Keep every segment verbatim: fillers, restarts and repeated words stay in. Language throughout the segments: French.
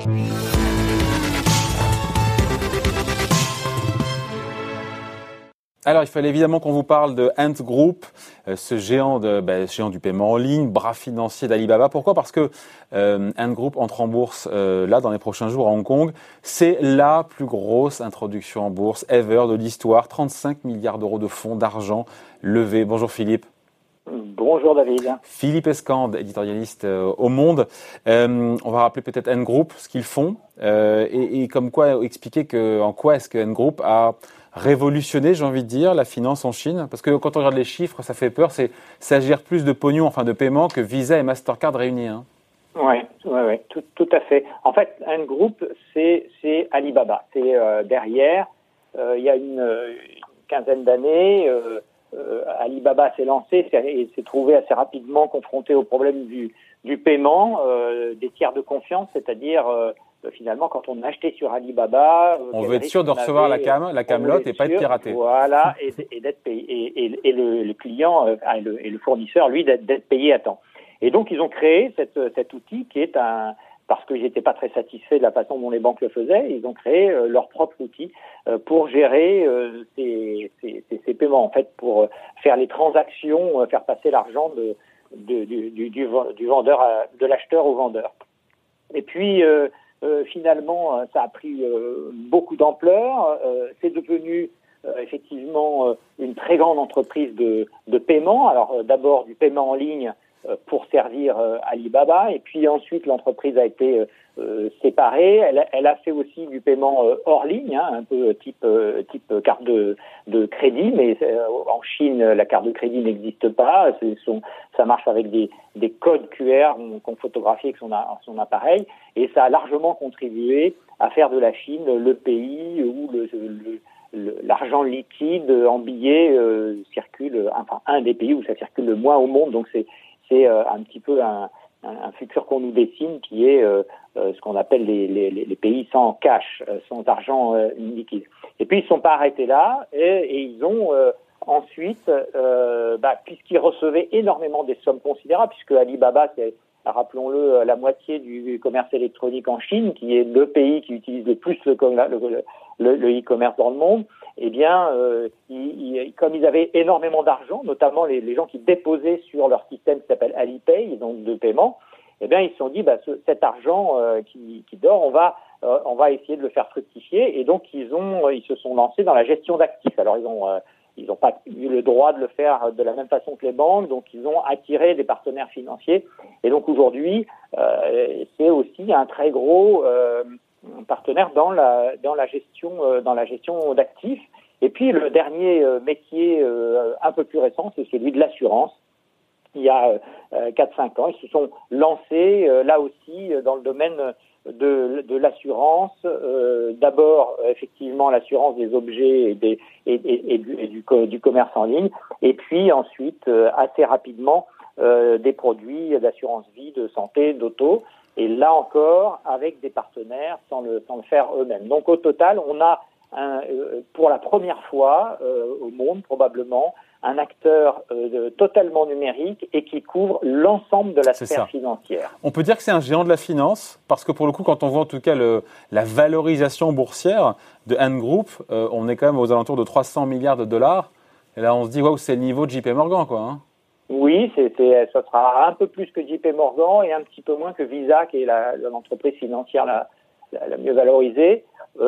Alors, il fallait évidemment qu'on vous parle de Ant Group, euh, ce géant, de, bah, géant du paiement en ligne, bras financier d'Alibaba. Pourquoi ? Parce que euh, Ant Group entre en bourse euh, là dans les prochains jours à Hong Kong. C'est la plus grosse introduction en bourse ever de l'histoire. trente-cinq milliards d'euros de fonds d'argent levés. Bonjour Philippe. Bonjour David. Philippe Escande, éditorialiste euh, au Monde. Euh, on va rappeler peut-être Ant Group, ce qu'ils font, euh, et, et comme quoi expliquer que, en quoi est-ce que Ant Group a révolutionné, j'ai envie de dire, la finance en Chine. Parce que quand on regarde les chiffres, ça fait peur. C'est, ça gère plus de pognon, enfin de paiement, que Visa et Mastercard réunis. Hein. Oui, ouais, ouais, tout, tout à fait. En fait, Ant Group, c'est, c'est Alibaba. C'est euh, derrière. Euh, il y a une, une quinzaine d'années, euh, euh, Alibaba s'est lancé et s'est trouvé assez rapidement confronté au problème du, du paiement, euh, des tiers de confiance, c'est-à-dire euh, finalement quand on achetait sur Alibaba, on veut être sûr de recevoir avait, la cam, la camelote et pas être piraté. Voilà, et, et d'être payé, et, et, et le, le client euh, et, le, et le fournisseur, lui, d'être, d'être payé à temps. Et donc ils ont créé cette, cet outil qui est un parce qu'ils n'étaient pas très satisfaits de la façon dont les banques le faisaient, ils ont créé euh, leur propre outil euh, pour gérer euh, ces, ces, ces, ces paiements, en fait, pour faire les transactions, euh, faire passer l'argent de, de, du, du, du, du vendeur à, de l'acheteur au vendeur. Et puis euh, euh, finalement, ça a pris euh, beaucoup d'ampleur. Euh, c'est devenu euh, effectivement euh, une très grande entreprise de, de paiement. Alors euh, d'abord du paiement en ligne pour servir euh, Alibaba, et puis ensuite l'entreprise a été euh, séparée. Elle, elle a fait aussi du paiement euh, hors ligne, hein, un peu type euh, type carte de, de crédit, mais euh, en Chine la carte de crédit n'existe pas. C'est son, ça marche avec des, des codes Q R qu'on, qu'on photographie avec son, son appareil, et ça a largement contribué à faire de la Chine le pays où le, le Le, l'argent liquide en billets euh, circule, enfin un des pays où ça circule le moins au monde. Donc c'est c'est euh, un petit peu un, un, un futur qu'on nous dessine, qui est euh, euh, ce qu'on appelle les, les, les pays sans cash, euh, sans argent euh, liquide. Et puis ils ne sont pas arrêtés là, et, et ils ont euh, ensuite, euh, bah, puisqu'ils recevaient énormément des sommes considérables, puisque Alibaba, c'est, rappelons-le, la moitié du commerce électronique en Chine, qui est le pays qui utilise le plus le, le, le, le e-commerce dans le monde, eh bien, euh, ils, ils, comme ils avaient énormément d'argent, notamment les, les gens qui déposaient sur leur système qui s'appelle Alipay, donc de paiement, eh bien, ils se sont dit, bah, ce, cet argent euh, qui, qui dort, on va, euh, on va essayer de le faire fructifier, et donc ils ont, ils se sont lancés dans la gestion d'actifs. Alors ils ont, euh, ils n'ont pas eu le droit de le faire de la même façon que les banques, donc ils ont attiré des partenaires financiers, et donc aujourd'hui, euh, c'est aussi un très gros euh, partenaire dans la dans la gestion euh, dans la gestion d'actifs. Et puis le dernier euh, métier euh, un peu plus récent, c'est celui de l'assurance. Il y a euh, quatre cinq ans, ils se sont lancés euh, là aussi dans le domaine de, de l'assurance. Euh, d'abord, effectivement, l'assurance des objets et, des, et, et, et, du, et du, du commerce en ligne. Et puis ensuite, euh, assez rapidement, euh, des produits d'assurance vie, de santé, d'auto. Et là encore, avec des partenaires sans le, sans le faire eux-mêmes. Donc au total, on a un, euh, pour la première fois euh, au monde probablement un acteur euh, de, totalement numérique et qui couvre l'ensemble de la c'est sphère ça. financière. On peut dire que c'est un géant de la finance parce que pour le coup, quand on voit en tout cas le, la valorisation boursière de Ant Group, euh, on est quand même aux alentours de trois cents milliards de dollars. Et là, on se dit waouh, c'est le niveau de J P Morgan, quoi. Hein. Oui, c'est, c'est, ça sera un peu plus que J P Morgan et un petit peu moins que Visa, qui est la, l'entreprise financière la, la, la mieux valorisée.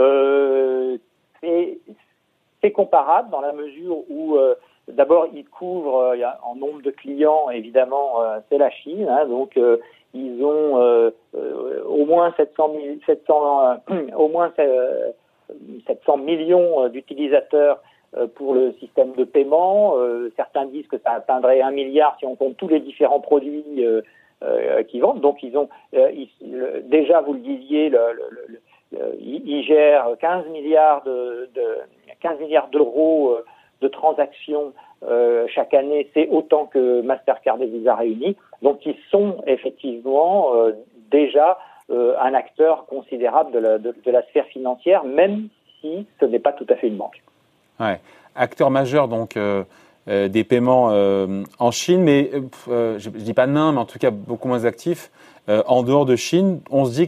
Euh, c'est, c'est comparable dans la mesure où, euh, d'abord, ils couvrent euh, en nombre de clients, évidemment, euh, c'est la Chine. Hein, donc, euh, ils ont euh, euh, au moins sept cents, sept cents, euh, au moins euh, sept cents millions d'utilisateurs pour le système de paiement. Euh, certains disent que ça atteindrait un milliard si on compte tous les différents produits euh, euh, qu'ils vendent. Donc, ils ont euh, ils, le, déjà, vous le disiez, le, le, le, le, ils gèrent quinze milliards de, de quinze milliards d'euros de transactions euh, chaque année. C'est autant que Mastercard et Visa réunis. Donc, ils sont effectivement euh, déjà euh, un acteur considérable de la, de, de la sphère financière, même si ce n'est pas tout à fait une banque. Ouais. Acteur majeur donc euh, euh, des paiements euh, en Chine, mais euh, je ne dis pas nain, mais en tout cas beaucoup moins actif. Euh, en dehors de Chine, on se dit que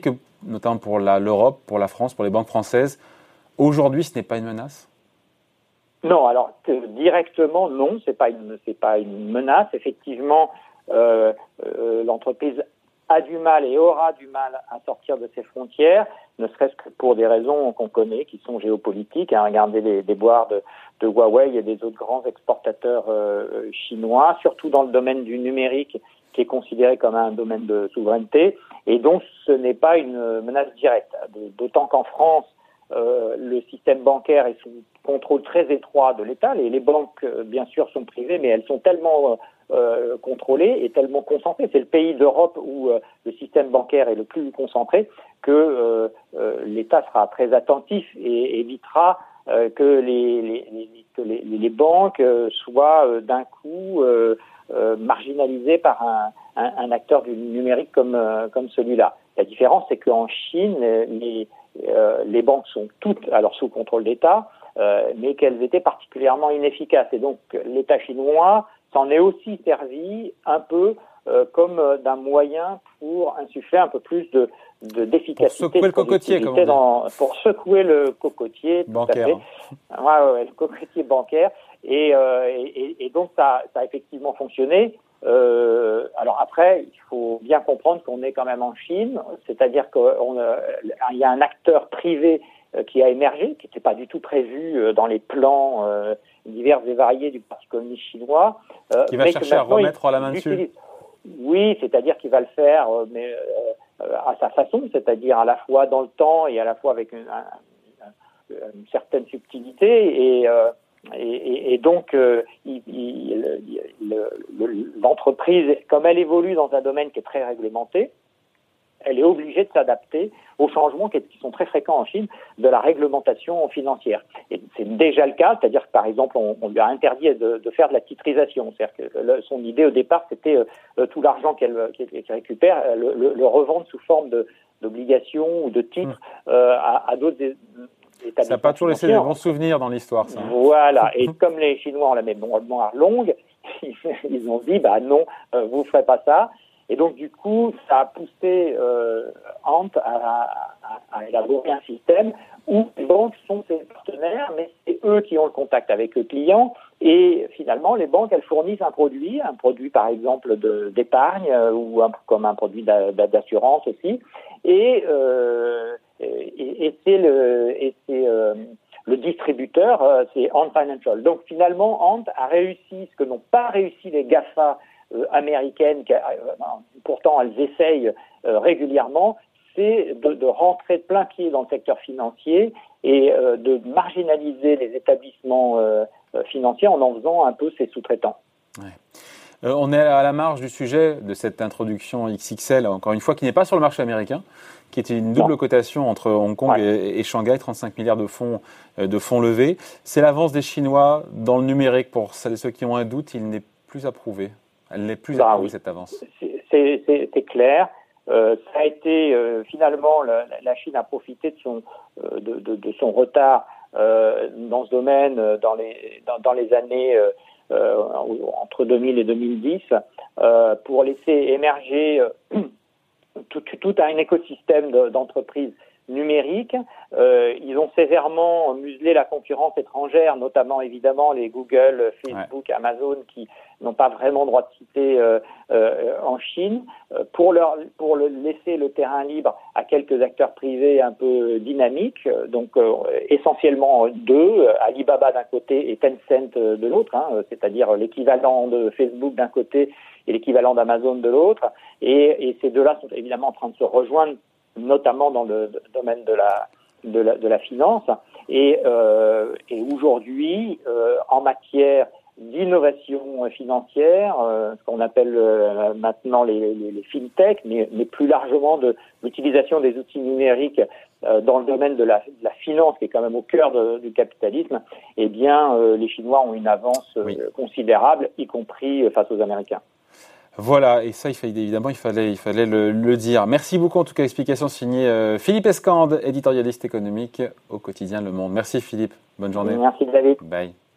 notamment pour la, l'Europe, pour la France, pour les banques françaises. Aujourd'hui, ce n'est pas une menace ? Non, alors que, directement, non, c'est pas une, c'est pas une menace. Effectivement, euh, euh, l'entreprise a du mal et aura du mal à sortir de ses frontières, ne serait-ce que pour des raisons qu'on connaît, qui sont géopolitiques. Hein. Regardez les déboires de, de Huawei et des autres grands exportateurs euh, chinois, surtout dans le domaine du numérique, qui est considéré comme un domaine de souveraineté. Et donc, ce n'est pas une menace directe. D'autant qu'en France, euh, le système bancaire est sous contrôle très étroit de l'État. Les, les banques, bien sûr, sont privées, mais elles sont tellement euh, contrôlées et tellement concentrées. C'est le pays d'Europe où euh, le système bancaire est le plus concentré que euh, euh, l'État sera très attentif et évitera euh, que, les, les, les, que les, les banques euh, soient euh, d'un coup euh, euh, marginalisées par un, un, un acteur du numérique comme, euh, comme celui-là. La différence, c'est qu'en Chine, les, euh, les banques sont toutes alors sous contrôle d'État, euh, mais qu'elles étaient particulièrement inefficaces. Et donc, l'État chinois s'en est aussi servi un peu euh, comme euh, d'un moyen pour insuffler un peu plus de, de d'efficacité, pour secouer le cocotier, comme on dit. Dans, pour secouer le cocotier, bancaire. Tout à fait. Ouais, ouais, le cocotier bancaire. Et, euh, et, et donc, ça, ça a effectivement fonctionné. Euh, alors après, il faut bien comprendre qu'on est quand même en Chine, c'est-à-dire qu'il y a un acteur privé euh, qui a émergé, qui n'était pas du tout prévu euh, dans les plans euh, divers et variés du Parti communiste chinois. Euh, qui va mais chercher à remettre la main dessus. Oui, c'est-à-dire qu'il va le faire, euh, mais euh, à sa façon, c'est-à-dire à la fois dans le temps et à la fois avec une, un, une certaine subtilité. Et euh, Et, et, et donc, euh, il, il, il, l'entreprise, comme elle évolue dans un domaine qui est très réglementé, elle est obligée de s'adapter aux changements qui, qui sont très fréquents en Chine de la réglementation financière. Et c'est déjà le cas, c'est-à-dire que par exemple, on, on lui a interdit de, de faire de la titrisation. C'est-à-dire que le, son idée au départ, c'était euh, tout l'argent qu'elle, qu'elle, qu'elle récupère, le, le, le revendre sous forme de, d'obligations ou de titres euh, à, à d'autres. Ça n'a pas toujours laissé des bons souvenirs dans l'histoire, ça. Voilà. Et comme les Chinois ont la mémoire longue, ils ont dit, bah non, euh, vous ne ferez pas ça. Et donc, du coup, ça a poussé euh, Ant à, à, à élaborer un système où les banques sont ses partenaires, mais c'est eux qui ont le contact avec le client. Et finalement, les banques, elles fournissent un produit, un produit par exemple de, d'épargne euh, ou un, comme un produit d'a, d'assurance aussi. Et, euh, et, et c'est le, et c'est, euh, le distributeur, euh, c'est Ant Financial. Donc finalement, Ant a réussi ce que n'ont pas réussi les GAFA euh, américaines, qui, euh, pourtant elles essayent euh, régulièrement, c'est de, de rentrer de plein pied dans le secteur financier et euh, de marginaliser les établissements euh, financiers en en faisant un peu ses sous-traitants. Ouais. Euh, on est à la marge du sujet de cette introduction X X L, encore une fois, qui n'est pas sur le marché américain, qui était une double non. cotation entre Hong Kong ouais. et, et Shanghai, trente-cinq milliards de fonds, euh, de fonds levés. C'est l'avance des Chinois dans le numérique. Pour celles et ceux qui ont un doute, il n'est plus approuvé. Elle n'est plus bah, approuvée, oui. cette avance. C'est, c'est, c'est, c'est clair. Euh, ça a été, euh, finalement, la, la Chine a profité de son, euh, de, de, de son retard euh, dans ce domaine dans les, dans, dans les années euh, euh, entre deux mille et deux mille dix euh, pour laisser émerger euh, tout, tout un écosystème de, d'entreprises numériques. Euh, ils ont sévèrement muselé la concurrence étrangère, notamment évidemment les Google, Facebook, ouais. Amazon, qui n'ont pas vraiment droit de citer euh, euh, en Chine, euh, pour leur pour le laisser le terrain libre à quelques acteurs privés un peu dynamiques, donc euh, essentiellement deux, Alibaba d'un côté et Tencent de l'autre, hein, c'est-à-dire l'équivalent de Facebook d'un côté et l'équivalent d'Amazon de l'autre, et, et ces deux-là sont évidemment en train de se rejoindre, notamment dans le domaine de la de la, de la finance. Et, euh, et aujourd'hui, euh, en matière d'innovation financière, euh, ce qu'on appelle euh, maintenant les, les, les fintech, mais, mais plus largement de l'utilisation des outils numériques euh, dans le domaine de la, de la finance, qui est quand même au cœur de, du capitalisme, eh bien, euh, les Chinois ont une avance euh, oui. considérable, y compris euh, face aux Américains. Voilà, et ça, il fallait, évidemment, il fallait, il fallait le, le dire. Merci beaucoup, en tout cas, explication signée euh, Philippe Escande, éditorialiste économique au quotidien Le Monde. Merci Philippe, bonne journée. Merci David. Bye.